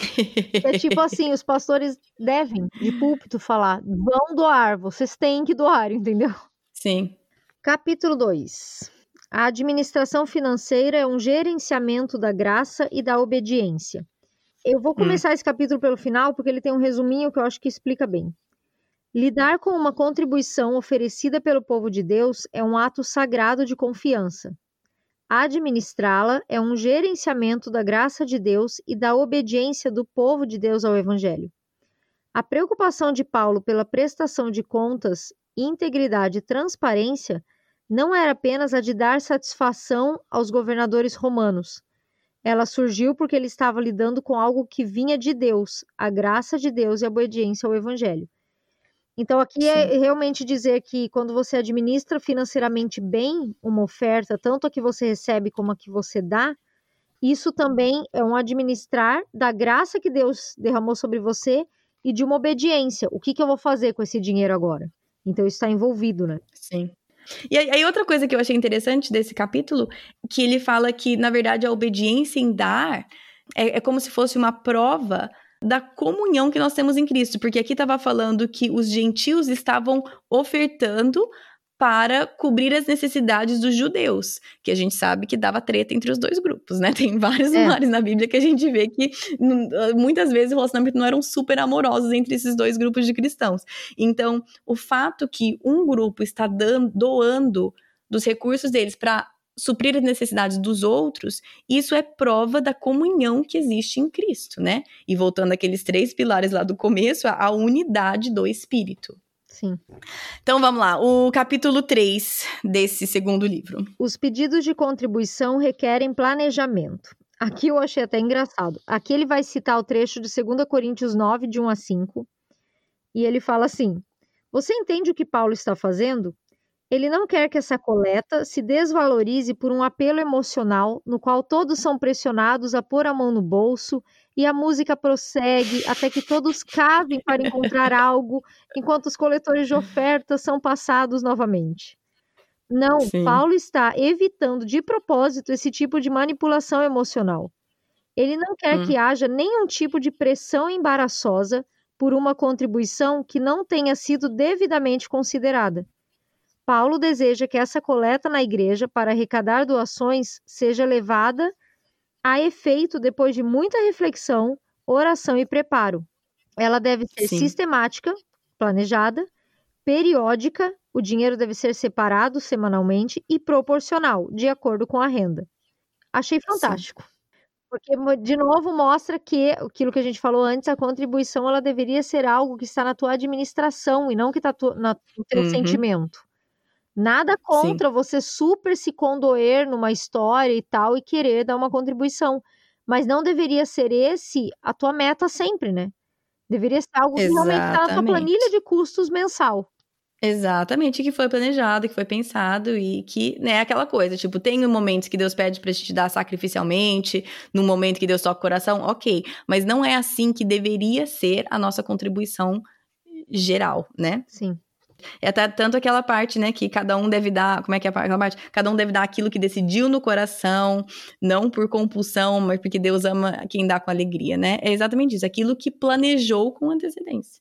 É tipo assim, os pastores devem, de púlpito, falar: vão doar, vocês têm que doar, entendeu? Sim. Capítulo dois. A administração financeira é um gerenciamento da graça e da obediência. Eu vou começar hum. esse capítulo pelo final, porque ele tem um resuminho que eu acho que explica bem. Lidar com uma contribuição oferecida pelo povo de Deus é um ato sagrado de confiança. Administrá-la é um gerenciamento da graça de Deus e da obediência do povo de Deus ao Evangelho. A preocupação de Paulo pela prestação de contas, integridade e transparência não era apenas a de dar satisfação aos governadores romanos. Ela surgiu porque ele estava lidando com algo que vinha de Deus, a graça de Deus e a obediência ao Evangelho. Então, aqui Sim. é realmente dizer que quando você administra financeiramente bem uma oferta, tanto a que você recebe como a que você dá, isso também é um administrar da graça que Deus derramou sobre você e de uma obediência. O que, que eu vou fazer com esse dinheiro agora? Então, isso está envolvido, né? Sim. E aí, outra coisa que eu achei interessante desse capítulo, que ele fala que, na verdade, a obediência em dar é, é como se fosse uma prova da comunhão que nós temos em Cristo, porque aqui estava falando que os gentios estavam ofertando para cobrir as necessidades dos judeus, que a gente sabe que dava treta entre os dois grupos, né? Tem vários É. lugares na Bíblia que a gente vê que muitas vezes o relacionamento não eram super amorosos entre esses dois grupos de cristãos. Então, o fato que um grupo está dando, doando dos recursos deles para suprir as necessidades dos outros, isso é prova da comunhão que existe em Cristo, né? E voltando àqueles três pilares lá do começo, a unidade do Espírito. Sim. Então vamos lá, o capítulo três desse segundo livro. Os pedidos de contribuição requerem planejamento. Aqui eu achei até engraçado. Aqui ele vai citar o trecho de dois Coríntios nove, de um a cinco, e ele fala assim: você entende o que Paulo está fazendo? Ele não quer que essa coleta se desvalorize por um apelo emocional no qual todos são pressionados a pôr a mão no bolso e a música prossegue até que todos cavem para encontrar algo, enquanto os coletores de ofertas são passados novamente. Não, Sim. Paulo está evitando de propósito esse tipo de manipulação emocional. Ele não quer hum. que haja nenhum tipo de pressão embaraçosa por uma contribuição que não tenha sido devidamente considerada. Paulo deseja que essa coleta na igreja para arrecadar doações seja levada a efeito depois de muita reflexão, oração e preparo. Ela deve ser Sim. sistemática, planejada, periódica, o dinheiro deve ser separado semanalmente e proporcional, de acordo com a renda. Achei fantástico. Sim. Porque, de novo, mostra que aquilo que a gente falou antes, a contribuição ela deveria ser algo que está na tua administração e não que está no teu uhum. sentimento. Nada contra Sim. você super se condoer numa história e tal e querer dar uma contribuição. Mas não deveria ser esse a tua meta sempre, né? Deveria ser algo que Exatamente. realmente está na tua planilha de custos mensal. Exatamente, que foi planejado, que foi pensado e que, né, aquela coisa, tipo, tem momentos que Deus pede pra gente dar sacrificialmente, no momento que Deus toca o coração, ok, mas não é assim que deveria ser a nossa contribuição geral, né? Sim. É até tanto aquela parte, né, que cada um deve dar, como é que é aquela parte? Cada um deve dar aquilo que decidiu no coração, não por compulsão, mas porque Deus ama quem dá com alegria, né? É exatamente isso, aquilo que planejou com antecedência.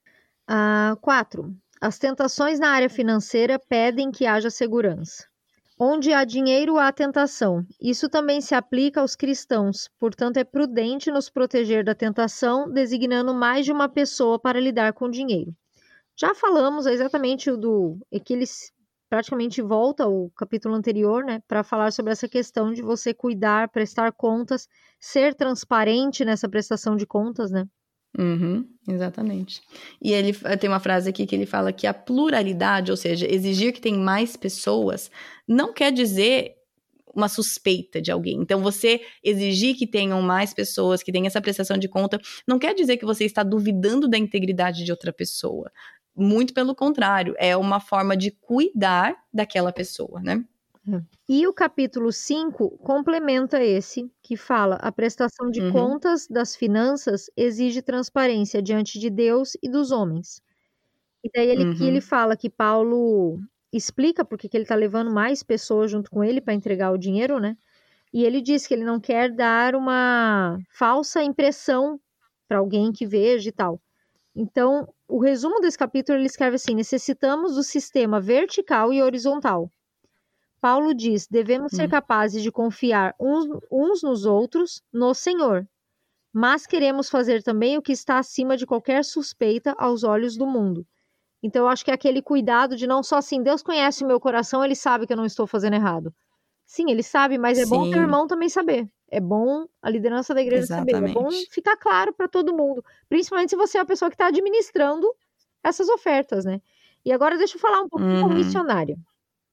Ah, quatro. As tentações na área financeira pedem que haja segurança. Onde há dinheiro, há tentação. Isso também se aplica aos cristãos, portanto é prudente nos proteger da tentação, designando mais de uma pessoa para lidar com o dinheiro. Já falamos exatamente do... É que ele praticamente volta ao capítulo anterior, né? Para falar sobre essa questão de você cuidar, prestar contas, ser transparente nessa prestação de contas, né? Uhum, exatamente. E ele tem uma frase aqui que ele fala que a pluralidade, ou seja, exigir que tem mais pessoas, não quer dizer uma suspeita de alguém. Então, você exigir que tenham mais pessoas, que tenham essa prestação de conta, não quer dizer que você está duvidando da integridade de outra pessoa. Muito pelo contrário, é uma forma de cuidar daquela pessoa, né? E o capítulo cinco complementa esse, que fala: a prestação de uhum. contas das finanças exige transparência diante de Deus e dos homens. E daí ele, uhum. que ele fala que Paulo explica porque que ele está levando mais pessoas junto com ele para entregar o dinheiro, né? E ele diz que ele não quer dar uma falsa impressão para alguém que veja e tal. Então, o resumo desse capítulo, ele escreve assim: necessitamos do sistema vertical e horizontal. Paulo diz, devemos ser capazes de confiar uns, uns nos outros, no Senhor. Mas queremos fazer também o que está acima de qualquer suspeita aos olhos do mundo. Então, eu acho que é aquele cuidado de não só assim, Deus conhece o meu coração, Ele sabe que eu não estou fazendo errado. Sim, Ele sabe, mas é Sim. bom teu irmão também saber. É bom a liderança da igreja Exatamente. saber. É bom ficar claro para todo mundo. Principalmente se você é a pessoa que está administrando essas ofertas, né? E agora deixa eu falar um pouquinho uhum. como missionária.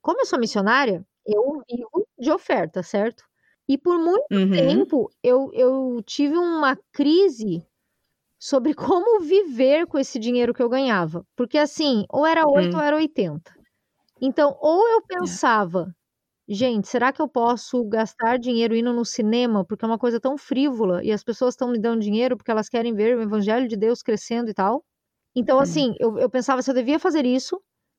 como eu sou missionária, eu vivo de oferta, certo? E por muito Uhum. tempo eu, eu tive uma crise sobre como viver com esse dinheiro que eu ganhava. Porque assim, ou era oito Hum. ou era oitenta. Então, ou eu É. pensava, gente, será que eu posso gastar dinheiro indo no cinema? Porque é uma coisa tão frívola e as pessoas estão me dando dinheiro porque elas querem ver o evangelho de Deus crescendo e tal. Então, Hum. assim, eu, eu pensava se eu devia fazer isso,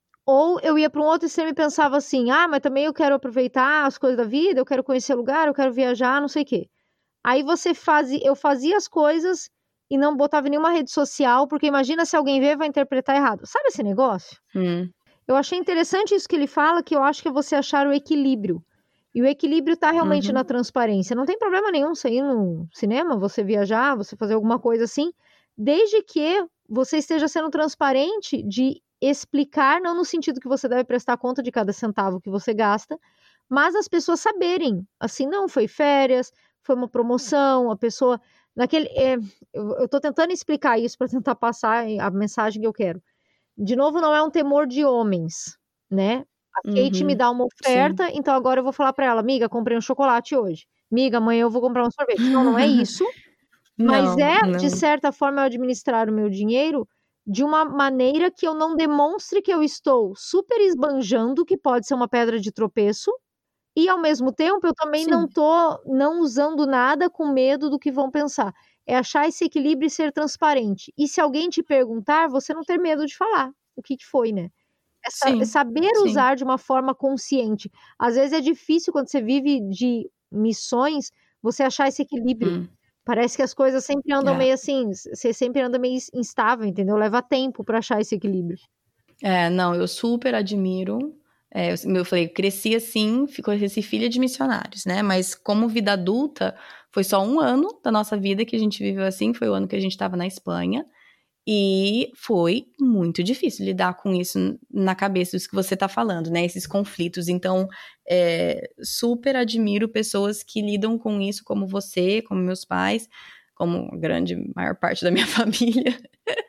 ou eu ia para um outro extremo e pensava assim, ah, mas também eu quero aproveitar as coisas da vida, eu quero conhecer lugar, eu quero viajar, não sei o quê. Aí você fazia, eu fazia as coisas e não botava em nenhuma rede social, porque imagina se alguém ver, vai interpretar errado. Sabe esse negócio? Hum. Eu achei interessante isso que ele fala, que eu acho que é você achar o equilíbrio. E o equilíbrio está realmente Uhum. na transparência. Não tem problema nenhum você ir no cinema, você viajar, você fazer alguma coisa assim, desde que você esteja sendo transparente de explicar, não no sentido que você deve prestar conta de cada centavo que você gasta, mas as pessoas saberem, assim, não, foi férias, foi uma promoção, a pessoa, naquele, é, eu estou tentando explicar isso para tentar passar a mensagem que eu quero. De novo, não é um temor de homens, né? A Kate me Uhum. dá uma Sim. oferta, então agora eu vou falar para ela, amiga, comprei um chocolate hoje. Amiga, amanhã eu vou comprar um sorvete. Não, não é isso. Mas Não, é, de não. certa forma, eu administrar o meu dinheiro de uma maneira que eu não demonstre que eu estou super esbanjando, que pode ser uma pedra de tropeço, e ao mesmo tempo eu também não Sim. tô não usando nada com medo do que vão pensar. É achar esse equilíbrio e ser transparente. E se alguém te perguntar, você não ter medo de falar o que que foi, né? É sa- é Sim. saber Sim. usar de uma forma consciente. Às vezes é difícil quando você vive de missões, você achar esse equilíbrio. Hum. Parece que as coisas sempre andam É. meio assim, você sempre anda meio instável, entendeu? Leva tempo para achar esse equilíbrio. É, não, eu super admiro. É, eu, eu falei, cresci assim, ficou cresci filha de missionários, né? Mas como vida adulta, foi só um ano da nossa vida que a gente viveu assim, foi o ano que a gente estava na Espanha. E foi muito difícil lidar com isso na cabeça, isso que você tá falando, né? Esses conflitos. Então, é, super admiro pessoas que lidam com isso, como você, como meus pais, como a grande maior parte da minha família.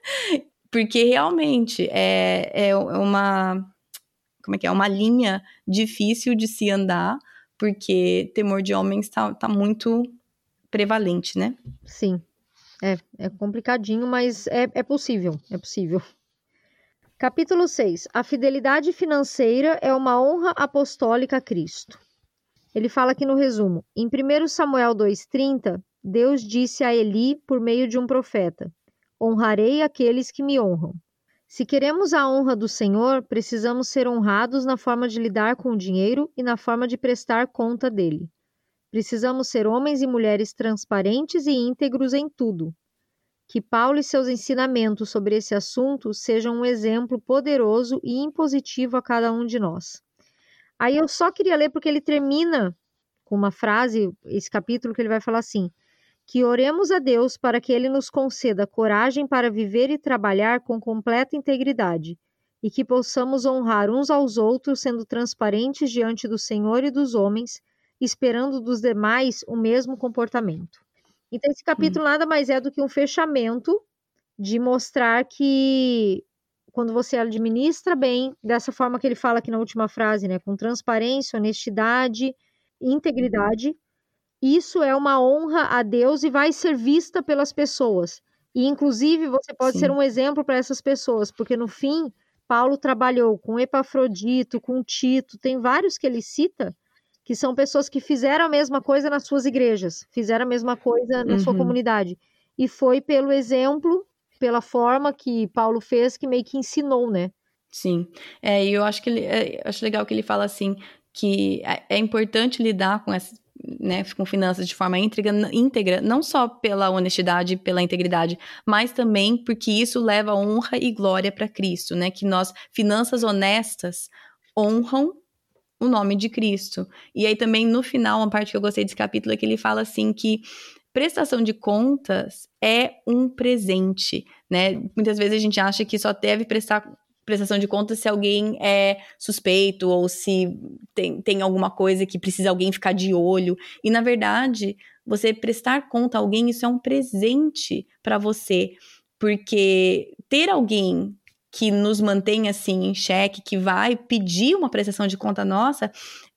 Porque realmente é, é uma, como é que é? Uma linha difícil de se andar, porque temor de homens tá, tá muito prevalente, né? Sim, é, é complicadinho, mas é, é possível, é possível. Capítulo seis. A fidelidade financeira é uma honra apostólica a Cristo. Ele fala aqui no resumo. Em primeiro Samuel dois e trinta, Deus disse a Eli por meio de um profeta: honrarei aqueles que me honram. Se queremos a honra do Senhor, precisamos ser honrados na forma de lidar com o dinheiro e na forma de prestar conta dele. Precisamos ser homens e mulheres transparentes e íntegros em tudo. Que Paulo e seus ensinamentos sobre esse assunto sejam um exemplo poderoso e impositivo a cada um de nós. Aí eu só queria ler porque ele termina com uma frase, esse capítulo que ele vai falar assim: que oremos a Deus para que ele nos conceda coragem para viver e trabalhar com completa integridade e que possamos honrar uns aos outros sendo transparentes diante do Senhor e dos homens, esperando dos demais o mesmo comportamento. Então esse capítulo Hum. nada mais é do que um fechamento de mostrar que quando você administra bem, dessa forma que ele fala aqui na última frase, né, com transparência, honestidade, integridade, isso é uma honra a Deus e vai ser vista pelas pessoas. E inclusive você pode ser Sim. um exemplo para essas pessoas, porque no fim Paulo trabalhou com Epafrodito, com Tito, tem vários que ele cita que são pessoas que fizeram a mesma coisa nas suas igrejas, fizeram a mesma coisa na sua Uhum. comunidade. E foi pelo exemplo, pela forma que Paulo fez, que meio que ensinou, né? Sim. É, e eu acho que ele, é, acho legal que ele fala assim, que é, é importante lidar com essa, né, com finanças de forma íntegra, íntegra, não só pela honestidade e pela integridade, mas também porque isso leva honra e glória para Cristo, né? Que nós, finanças honestas, honram o nome de Cristo. E aí também, no final, uma parte que eu gostei desse capítulo é que ele fala assim que prestação de contas é um presente, né? Muitas vezes a gente acha que só deve prestar prestação de contas se alguém é suspeito ou se tem, tem alguma coisa que precisa alguém ficar de olho. E, na verdade, você prestar conta a alguém, isso é um presente para você. Porque ter alguém que nos mantém assim em xeque, que vai pedir uma prestação de conta nossa,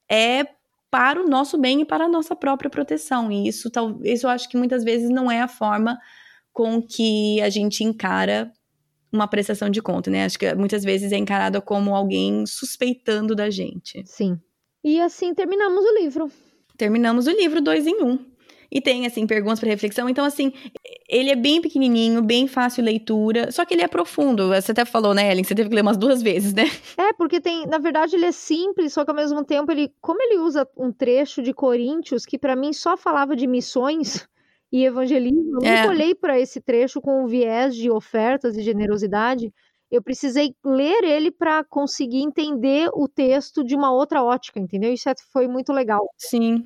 é para o nosso bem e para a nossa própria proteção. E isso, isso eu acho que muitas vezes não é a forma com que a gente encara uma prestação de conta, né? Acho que muitas vezes é encarada como alguém suspeitando da gente. Sim. E assim terminamos o livro. Terminamos o livro dois em um. E tem, assim, perguntas para reflexão. Então, assim, ele é bem pequenininho, bem fácil leitura, só que ele é profundo. Você até falou, né, Ellen, que você teve que ler umas duas vezes, né? É, porque tem, na verdade, ele é simples, só que ao mesmo tempo, ele, como ele usa um trecho de Coríntios, que para mim só falava de missões e evangelismo, eu É. nunca olhei para esse trecho com o viés de ofertas e generosidade. Eu precisei ler ele para conseguir entender o texto de uma outra ótica, entendeu? Isso foi muito legal. Sim.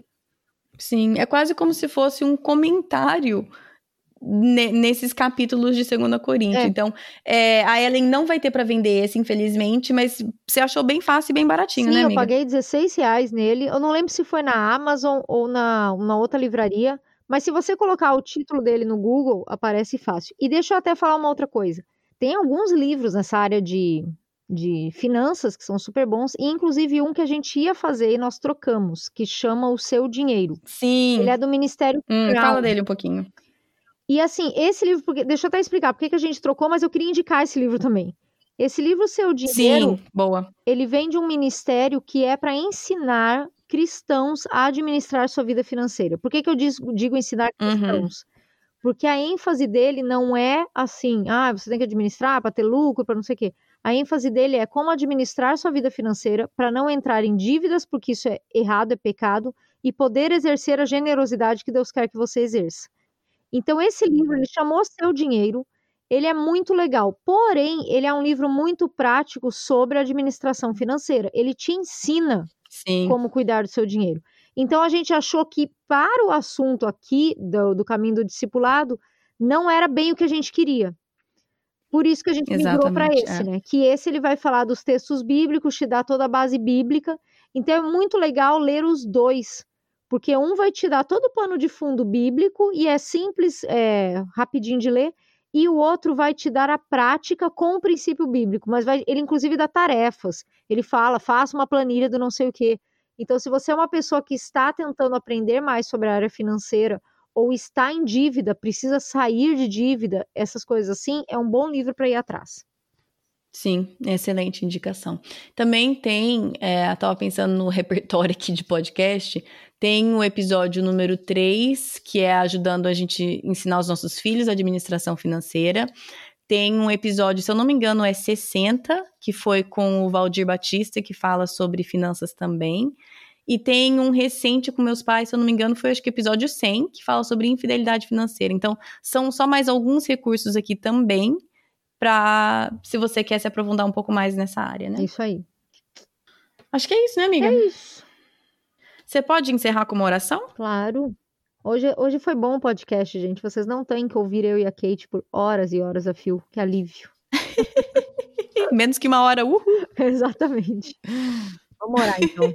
Sim, é quase como se fosse um comentário ne- nesses capítulos de Segunda Coríntios. É. Então, é, a Ellen não vai ter para vender esse, infelizmente, mas você achou bem fácil e bem baratinho, Sim, né, eu amiga? paguei dezesseis reais nele. Eu não lembro se foi na Amazon ou na uma outra livraria, mas se você colocar o título dele no Google, aparece fácil. E deixa eu até falar uma outra coisa. Tem alguns livros nessa área de, de finanças que são super bons, e inclusive um que a gente ia fazer e nós trocamos, que chama O Seu Dinheiro. Sim. Ele é do Ministério Hum, Federal. fala dele um pouquinho. E assim, esse livro, porque, deixa eu até explicar por que que a gente trocou, mas eu queria indicar esse livro também. Esse livro, O Seu Dinheiro, Sim, boa. ele vem de um ministério que é para ensinar cristãos a administrar sua vida financeira. Por que que eu digo, digo ensinar cristãos? Uhum. Porque a ênfase dele não é assim, ah, você tem que administrar para ter lucro, para não sei o quê. A ênfase dele é como administrar sua vida financeira para não entrar em dívidas, porque isso é errado, é pecado, e poder exercer a generosidade que Deus quer que você exerça. Então, esse livro, ele chamou Seu Dinheiro, ele é muito legal, porém, ele é um livro muito prático sobre administração financeira. Ele te ensina Sim. como cuidar do seu dinheiro. Então, a gente achou que para o assunto aqui do, do caminho do discipulado, não era bem o que a gente queria. Por isso que a gente migrou para esse, é. né? Que esse ele vai falar dos textos bíblicos, te dá toda a base bíblica. Então, é muito legal ler os dois, porque um vai te dar todo o pano de fundo bíblico e é simples, é, rapidinho de ler, e o outro vai te dar a prática com o princípio bíblico, mas vai, ele inclusive dá tarefas. Ele fala, faça uma planilha do não sei o quê. Então, se você é uma pessoa que está tentando aprender mais sobre a área financeira ou está em dívida, precisa sair de dívida, essas coisas assim, é um bom livro para ir atrás. Sim, excelente indicação. Também tem, é, eu tava pensando no repertório aqui de podcast, tem o episódio número três, que é ajudando a gente ensinar os nossos filhos a administração financeira. Tem um episódio, se eu não me engano, é sessenta, que foi com o Valdir Batista, que fala sobre finanças também. E tem um recente com meus pais, se eu não me engano, foi acho que episódio cem, que fala sobre infidelidade financeira. Então, são só mais alguns recursos aqui também, para se você quer se aprofundar um pouco mais nessa área, né? Isso aí. Acho que é isso, né, amiga? É isso. Você pode encerrar com uma oração? Claro. Hoje, hoje foi bom o podcast, gente. Vocês não têm que ouvir eu e a Kate por horas e horas a fio. Que alívio. Menos que uma hora, uhul. Exatamente. Vamos orar, então.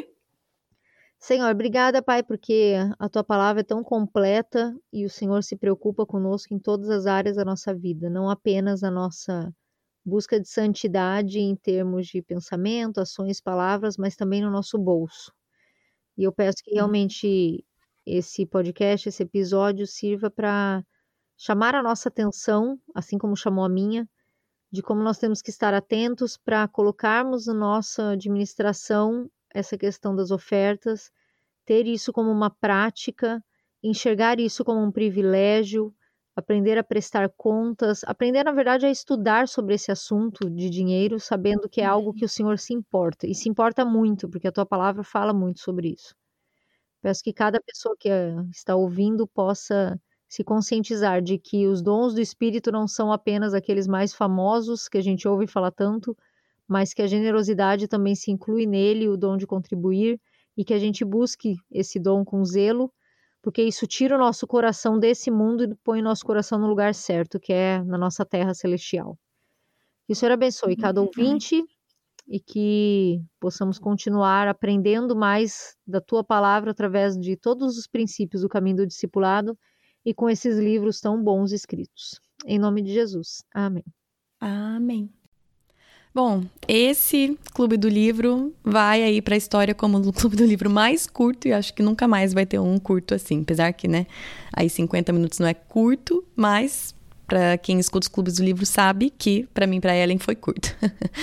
Senhor, obrigada, Pai, porque a Tua palavra é tão completa e o Senhor se preocupa conosco em todas as áreas da nossa vida, não apenas na nossa busca de santidade em termos de pensamento, ações, palavras, mas também no nosso bolso. E eu peço que realmente esse podcast, esse episódio sirva para chamar a nossa atenção, assim como chamou a minha, de como nós temos que estar atentos para colocarmos na nossa administração essa questão das ofertas, ter isso como uma prática, enxergar isso como um privilégio, aprender a prestar contas, aprender, na verdade, a estudar sobre esse assunto de dinheiro, sabendo que é algo que o Senhor se importa, e se importa muito, porque a Tua palavra fala muito sobre isso. Peço que cada pessoa que está ouvindo possa se conscientizar de que os dons do Espírito não são apenas aqueles mais famosos que a gente ouve falar tanto, mas que a generosidade também se inclui nele, o dom de contribuir, e que a gente busque esse dom com zelo, porque isso tira o nosso coração desse mundo e põe o nosso coração no lugar certo, que é na nossa terra celestial. Que o Senhor abençoe cada ouvinte e que possamos continuar aprendendo mais da Tua palavra através de todos os princípios do caminho do discipulado e com esses livros tão bons escritos. Em nome de Jesus. Amém. Amém. Bom, esse Clube do Livro vai aí pra história como o Clube do Livro mais curto, e acho que nunca mais vai ter um curto assim, apesar que, né, aí cinquenta minutos não é curto, mas para quem escuta os Clubes do Livro sabe que, para mim, para Ellen, foi curto.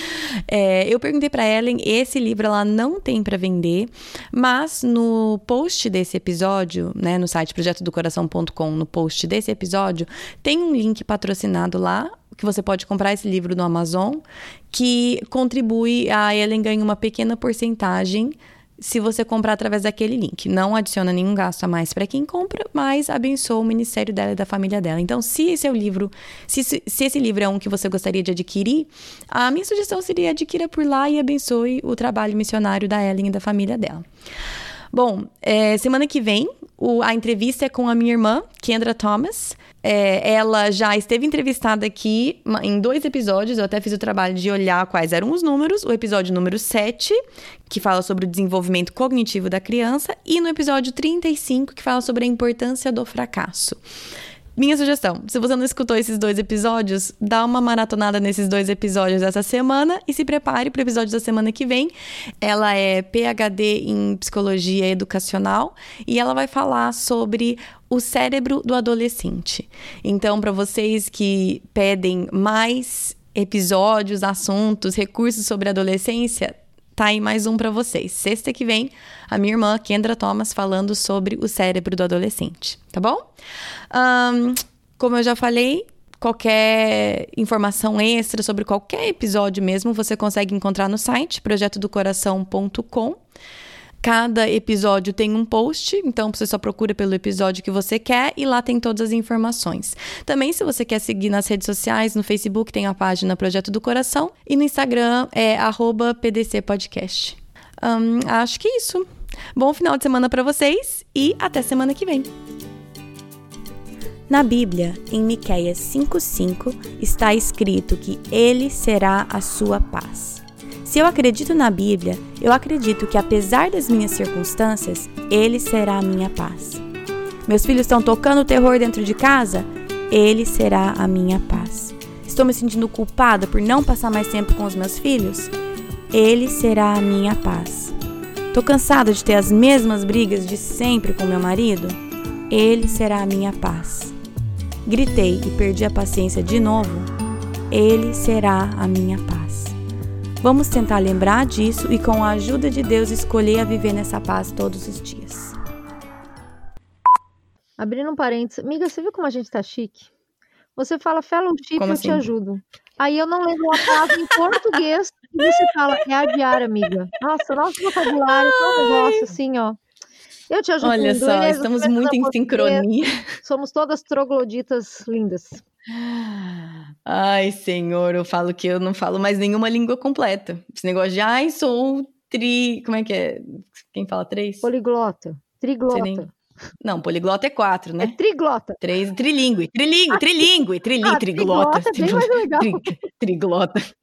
é, eu perguntei para Ellen, esse livro ela não tem para vender, mas no post desse episódio, né, no site projeto do coração ponto com, no post desse episódio, tem um link patrocinado lá, que você pode comprar esse livro no Amazon, que contribui, a Ellen ganha uma pequena porcentagem se você comprar através daquele link. Não adiciona nenhum gasto a mais para quem compra, mas abençoa o ministério dela e da família dela. Então, se esse é o livro, se, se esse livro é um que você gostaria de adquirir, a minha sugestão seria adquira por lá e abençoe o trabalho missionário da Ellen e da família dela. Bom, é, semana que vem, o, a entrevista é com a minha irmã, Kendra Thomas. É, ela já esteve entrevistada aqui em dois episódios, eu até fiz o trabalho de olhar quais eram os números. O episódio número sete, que fala sobre o desenvolvimento cognitivo da criança, e no episódio trinta e cinco, que fala sobre a importância do fracasso. Minha sugestão, se você não escutou esses dois episódios, dá uma maratonada nesses dois episódios essa semana e se prepare para o episódio da semana que vem. Ela é P H D em Psicologia Educacional e ela vai falar sobre o cérebro do adolescente. Então, para vocês que pedem mais episódios, assuntos, recursos sobre adolescência, tá aí mais um para vocês. Sexta que vem, a minha irmã, Kendra Thomas, falando sobre o cérebro do adolescente, tá bom? Um, como eu já falei, qualquer informação extra sobre qualquer episódio mesmo, você consegue encontrar no site projeto do coração ponto com. Cada episódio tem um post, então você só procura pelo episódio que você quer e lá tem todas as informações. Também, se você quer seguir nas redes sociais, no Facebook tem a página Projeto do Coração e no Instagram é arroba P D C Podcast. Um, acho que é isso. Bom final de semana para vocês e até semana que vem. Na Bíblia, em Miqueias cinco cinco, está escrito que Ele será a sua paz. Se eu acredito na Bíblia, eu acredito que apesar das minhas circunstâncias, Ele será a minha paz. Meus filhos estão tocando terror dentro de casa? Ele será a minha paz. Estou me sentindo culpada por não passar mais tempo com os meus filhos? Ele será a minha paz. Estou cansada de ter as mesmas brigas de sempre com meu marido? Ele será a minha paz. Gritei e perdi a paciência de novo? Ele será a minha paz. Vamos tentar lembrar disso e, com a ajuda de Deus, escolher a viver nessa paz todos os dias. Abrindo um parênteses. Amiga, você viu como a gente tá chique? Você fala fellowship, como eu assim? te ajudo. Aí eu não lembro uma palavra em português e você fala, é adiar, amiga. Nossa, nosso vocabulário é um negócio assim, ó. Eu te ajudo. Olha só, inglês, estamos muito em sincronia. Somos todas trogloditas lindas. Ai, Senhor, eu falo que eu não falo mais nenhuma língua completa. Esse negócio de, ai, sou tri... Como é que é? Quem fala três? Poliglota. Triglota. Nem... Não, poliglota é quatro, né? É triglota. Três, trilingue. Trilingue, trilingue, trilingue, ah, triglota. Triglota é bem mais legal. Tri... Triglota.